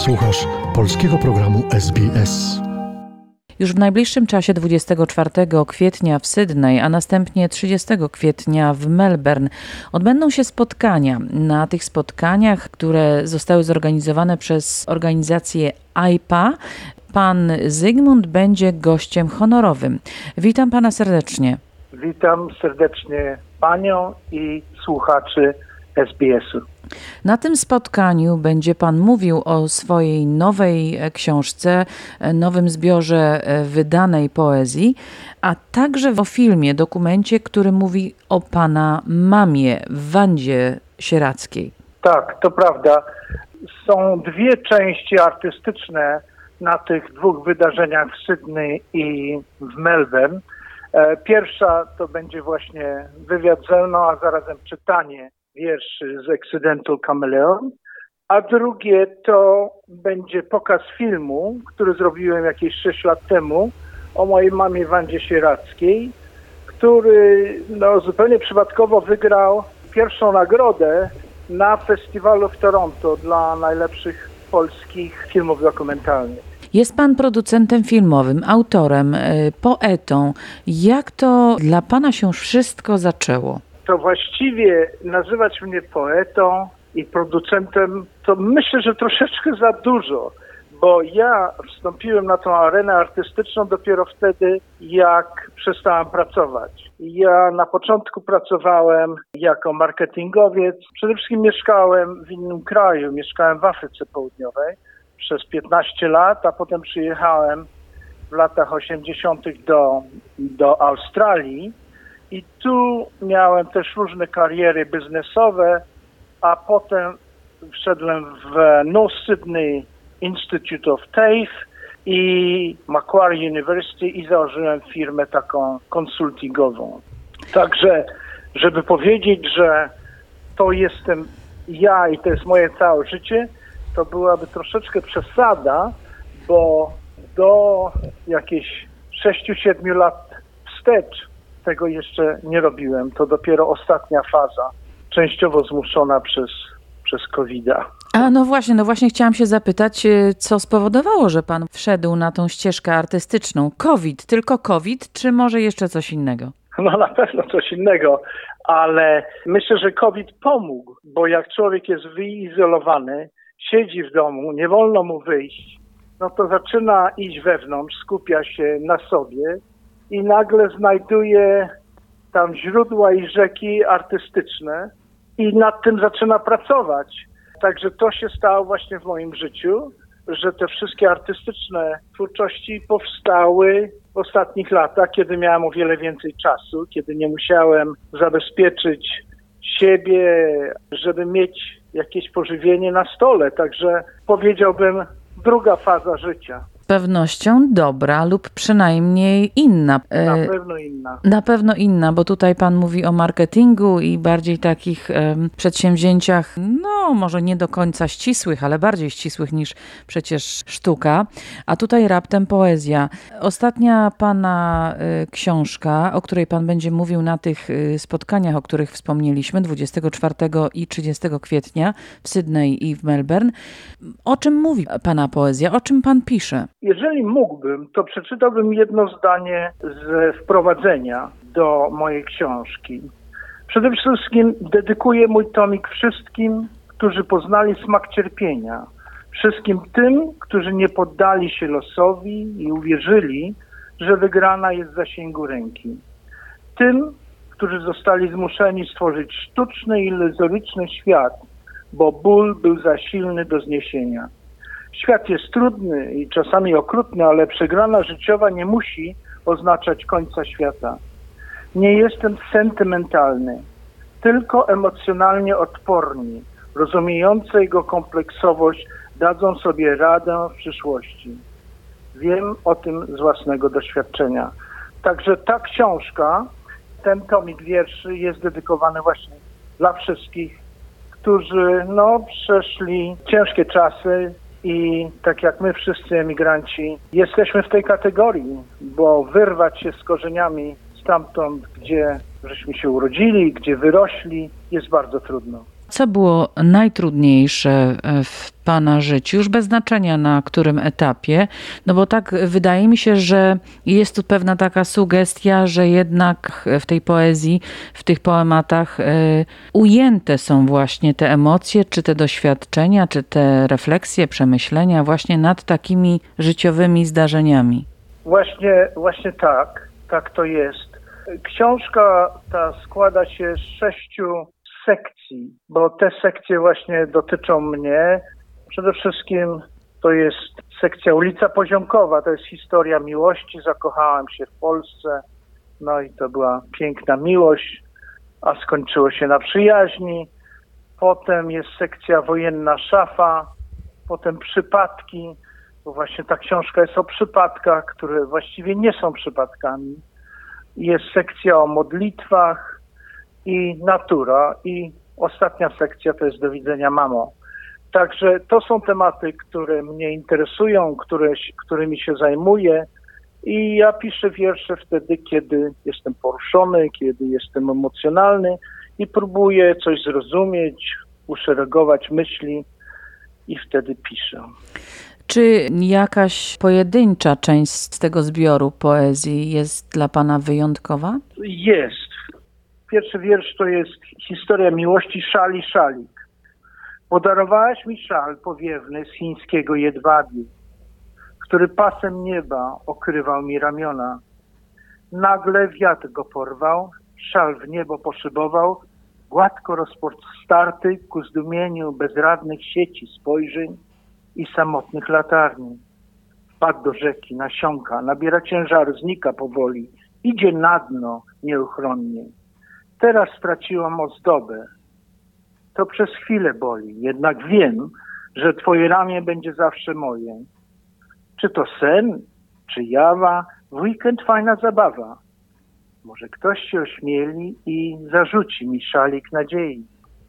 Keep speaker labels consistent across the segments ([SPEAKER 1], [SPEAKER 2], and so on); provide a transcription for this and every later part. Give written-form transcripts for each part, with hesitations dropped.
[SPEAKER 1] Słuchasz polskiego programu SBS.
[SPEAKER 2] Już w najbliższym czasie 24 kwietnia w Sydney, a następnie 30 kwietnia w Melbourne odbędą się spotkania. Na tych spotkaniach, które zostały zorganizowane przez organizację AIPA, pan Zygmunt będzie gościem honorowym. Witam pana serdecznie.
[SPEAKER 3] Witam serdecznie panią i słuchaczy SBS-u.
[SPEAKER 2] Na tym spotkaniu będzie pan mówił o swojej nowej książce, nowym zbiorze wydanej poezji, a także o filmie, dokumencie, który mówi o pana mamie, Wandzie Sieradzkiej.
[SPEAKER 3] Tak, to prawda. Są dwie części artystyczne na tych dwóch wydarzeniach w Sydney i w Melbourne. Pierwsza to będzie właśnie wywiad ze mną, a zarazem czytanie wierszy z Accidental Chameleon, a drugie to będzie pokaz filmu, który zrobiłem jakieś 6 lat temu o mojej mamie Wandzie Sieradzkiej, który zupełnie przypadkowo wygrał pierwszą nagrodę na festiwalu w Toronto dla najlepszych polskich filmów dokumentalnych.
[SPEAKER 2] Jest pan producentem filmowym, autorem, poetą. Jak to dla pana się wszystko zaczęło?
[SPEAKER 3] To właściwie nazywać mnie poetą i producentem, to myślę, że troszeczkę za dużo, bo ja wstąpiłem na tą arenę artystyczną dopiero wtedy, jak przestałem pracować. Ja na początku pracowałem jako marketingowiec. Przede wszystkim mieszkałem w innym kraju, mieszkałem w Afryce Południowej przez 15 lat, a potem przyjechałem w latach 80. do Australii. I tu miałem też różne kariery biznesowe, a potem wszedłem w North Sydney Institute of TAFE i Macquarie University i założyłem firmę taką konsultingową. Także, żeby powiedzieć, że to jestem ja i to jest moje całe życie, to byłaby troszeczkę przesada, bo do jakieś 6-7 lat wstecz tego jeszcze nie robiłem. To dopiero ostatnia faza, częściowo zmuszona przez COVID-a.
[SPEAKER 2] No właśnie chciałam się zapytać, co spowodowało, że pan wszedł na tą ścieżkę artystyczną? COVID, tylko COVID, czy może jeszcze coś innego?
[SPEAKER 3] Na pewno coś innego, ale myślę, że COVID pomógł, bo jak człowiek jest wyizolowany, siedzi w domu, nie wolno mu wyjść, to zaczyna iść wewnątrz, skupia się na sobie i nagle znajduje tam źródła i rzeki artystyczne i nad tym zaczyna pracować. Także to się stało właśnie w moim życiu, że te wszystkie artystyczne twórczości powstały w ostatnich latach, kiedy miałem o wiele więcej czasu, kiedy nie musiałem zabezpieczyć siebie, żeby mieć jakieś pożywienie na stole. Także powiedziałbym, druga faza życia.
[SPEAKER 2] Z pewnością dobra lub przynajmniej inna.
[SPEAKER 3] Na pewno inna.
[SPEAKER 2] Na pewno inna, bo tutaj pan mówi o marketingu i bardziej takich przedsięwzięciach, może nie do końca ścisłych, ale bardziej ścisłych niż przecież sztuka. A tutaj raptem poezja. Ostatnia pana książka, o której pan będzie mówił na tych spotkaniach, o których wspomnieliśmy, 24 i 30 kwietnia w Sydney i w Melbourne. O czym mówi pana poezja? O czym pan pisze?
[SPEAKER 3] Jeżeli mógłbym, to przeczytałbym jedno zdanie z wprowadzenia do mojej książki. Przede wszystkim dedykuję mój tomik wszystkim, którzy poznali smak cierpienia. Wszystkim tym, którzy nie poddali się losowi i uwierzyli, że wygrana jest w zasięgu ręki. Tym, którzy zostali zmuszeni stworzyć sztuczny i iluzoryczny świat, bo ból był za silny do zniesienia. Świat jest trudny i czasami okrutny, ale przegrana życiowa nie musi oznaczać końca świata. Nie jestem sentymentalny, tylko emocjonalnie odporni, rozumiejący jego kompleksowość dadzą sobie radę w przyszłości. Wiem o tym z własnego doświadczenia. Także ta książka, ten tomik wierszy jest dedykowany właśnie dla wszystkich, którzy przeszli ciężkie czasy i tak jak my wszyscy emigranci jesteśmy w tej kategorii, bo wyrwać się z korzeniami stamtąd, gdzie żeśmy się urodzili, gdzie wyrośli, jest bardzo trudno.
[SPEAKER 2] Co było najtrudniejsze w Pana życiu, już bez znaczenia na którym etapie? No bo tak wydaje mi się, że jest tu pewna taka sugestia, że jednak w tej poezji, w tych poematach ujęte są właśnie te emocje, czy te doświadczenia, czy te refleksje, przemyślenia właśnie nad takimi życiowymi zdarzeniami.
[SPEAKER 3] Właśnie tak to jest. Książka ta składa się z 6 sekcji, bo te sekcje właśnie dotyczą mnie. Przede wszystkim to jest sekcja Ulica Poziomkowa, to jest historia miłości. Zakochałem się w Polsce, no i to była piękna miłość, a skończyło się na przyjaźni. Potem jest sekcja Wojenna szafa, potem Przypadki, bo właśnie ta książka jest o przypadkach, które właściwie nie są przypadkami. Jest sekcja o modlitwach i natura i ostatnia sekcja to jest Do widzenia, mamo. Także to są tematy, które mnie interesują, którymi się zajmuję i ja piszę wiersze wtedy, kiedy jestem poruszony, kiedy jestem emocjonalny i próbuję coś zrozumieć, uszeregować myśli i wtedy piszę.
[SPEAKER 2] Czy jakaś pojedyncza część z tego zbioru poezji jest dla Pana wyjątkowa?
[SPEAKER 3] Jest. Pierwszy wiersz to jest historia miłości Szali Szalik. Podarowałaś mi szal powiewny z chińskiego jedwabiu, który pasem nieba okrywał mi ramiona. Nagle wiatr go porwał, szal w niebo poszybował, gładko rozpostarty ku zdumieniu bezradnych sieci spojrzeń i samotnych latarni. Wpadł do rzeki, nasiąka, nabiera ciężaru, znika powoli, idzie na dno nieuchronnie. Teraz straciłam ozdobę. To przez chwilę boli, jednak wiem, że twoje ramię będzie zawsze moje. Czy to sen, czy jawa, w weekend fajna zabawa. Może ktoś się ośmieli i zarzuci mi szalik nadziei.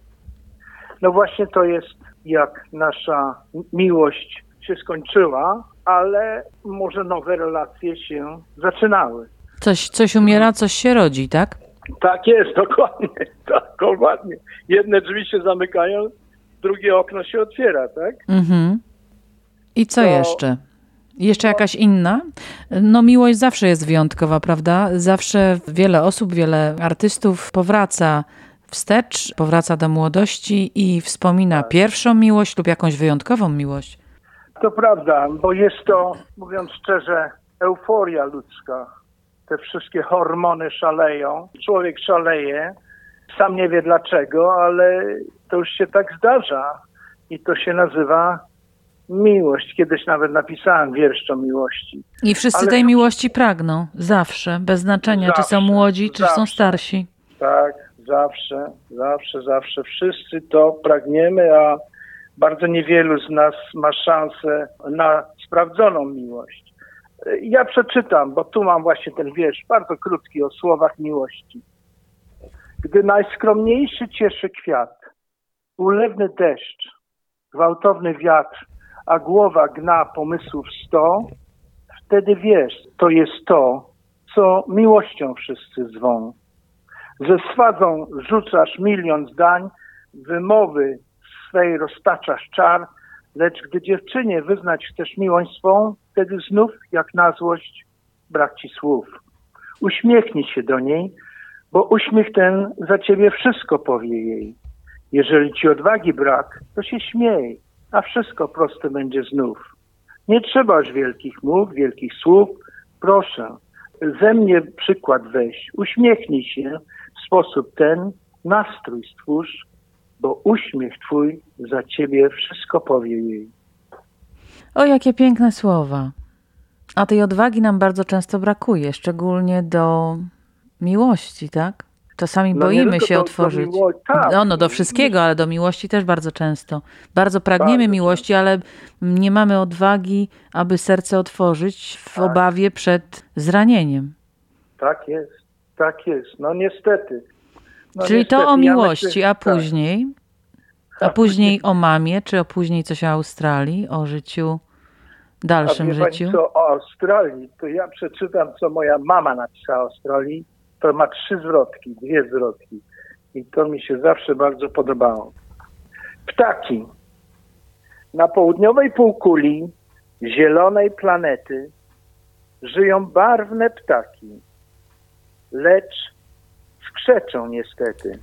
[SPEAKER 3] No właśnie to jest, jak nasza miłość się skończyła, ale może nowe relacje się zaczynały.
[SPEAKER 2] Coś umiera, coś się rodzi, tak?
[SPEAKER 3] Tak jest, dokładnie, tak, dokładnie. Jedne drzwi się zamykają, drugie okno się otwiera, tak?
[SPEAKER 2] Mhm. I co jeszcze? Jeszcze jakaś inna? No miłość zawsze jest wyjątkowa, prawda? Zawsze wiele osób, wiele artystów powraca wstecz, powraca do młodości i wspomina pierwszą miłość lub jakąś wyjątkową miłość.
[SPEAKER 3] To prawda, bo jest to, mówiąc szczerze, euforia ludzka. Te wszystkie hormony szaleją, człowiek szaleje, sam nie wie dlaczego, ale to już się tak zdarza i to się nazywa miłość. Kiedyś nawet napisałem wiersz o miłości.
[SPEAKER 2] I wszyscy tej miłości pragną, zawsze, bez znaczenia, czy są młodzi, czy są starsi.
[SPEAKER 3] Tak, zawsze. Wszyscy to pragniemy, a bardzo niewielu z nas ma szansę na sprawdzoną miłość. Ja przeczytam, bo tu mam właśnie ten wiersz, bardzo krótki, o słowach miłości. Gdy najskromniejszy cieszy kwiat, ulewny deszcz, gwałtowny wiatr, a głowa gna pomysłów 100, wtedy wiesz, to jest to, co miłością wszyscy zwą. Ze swadzą rzucasz milion zdań, wymowy swej roztaczasz czar, lecz gdy dziewczynie wyznać chcesz miłość swą, wtedy znów, jak na złość, brak ci słów. Uśmiechnij się do niej, bo uśmiech ten za ciebie wszystko powie jej. Jeżeli ci odwagi brak, to się śmiej, a wszystko proste będzie znów. Nie trzeba już wielkich mów, wielkich słów. Proszę, ze mnie przykład weź. Uśmiechnij się w sposób ten, nastrój stwórz, bo uśmiech twój za ciebie wszystko powie jej.
[SPEAKER 2] O, jakie piękne słowa. A tej odwagi nam bardzo często brakuje, szczególnie do miłości, tak? Czasami boimy się otworzyć. Do wszystkiego, ale do miłości też bardzo często. Bardzo pragniemy miłości, ale nie mamy odwagi, aby serce otworzyć w obawie przed zranieniem.
[SPEAKER 3] Tak jest. No niestety.
[SPEAKER 2] Czyli to o miłości, a później? A później o mamie, czy o później coś o Australii, o życiu, dalszym życiu?
[SPEAKER 3] Co o Australii, to ja przeczytam, co moja mama napisała o Australii. To ma 2 zwrotki. I to mi się zawsze bardzo podobało. Ptaki. Na południowej półkuli zielonej planety żyją barwne ptaki, lecz skrzeczą niestety.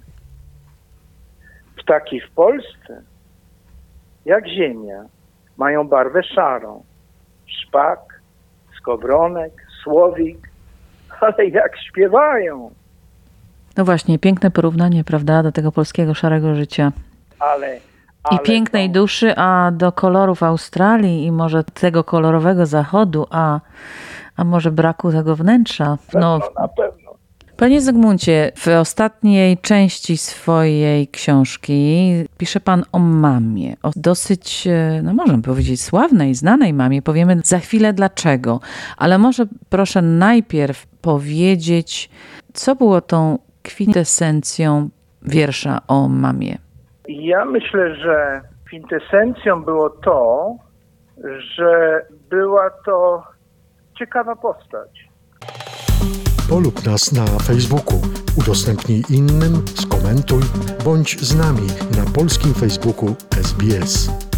[SPEAKER 3] Ptaki w Polsce, jak ziemia, mają barwę szarą. Szpak, skowronek, słowik, ale jak śpiewają.
[SPEAKER 2] No właśnie, piękne porównanie, prawda, do tego polskiego szarego życia.
[SPEAKER 3] Ale
[SPEAKER 2] I pięknej
[SPEAKER 3] to...
[SPEAKER 2] duszy, a do kolorów Australii i może tego kolorowego zachodu, a może braku tego wnętrza. No,
[SPEAKER 3] Na pewno.
[SPEAKER 2] Panie Zygmuncie, w ostatniej części swojej książki pisze pan o mamie, o dosyć, no możemy powiedzieć, sławnej, znanej mamie. Powiemy za chwilę dlaczego, ale może proszę najpierw powiedzieć, co było tą kwintesencją wiersza o mamie.
[SPEAKER 3] Ja myślę, że kwintesencją było to, że była to ciekawa postać.
[SPEAKER 1] Polub nas na Facebooku, udostępnij innym, skomentuj, bądź z nami na polskim Facebooku SBS.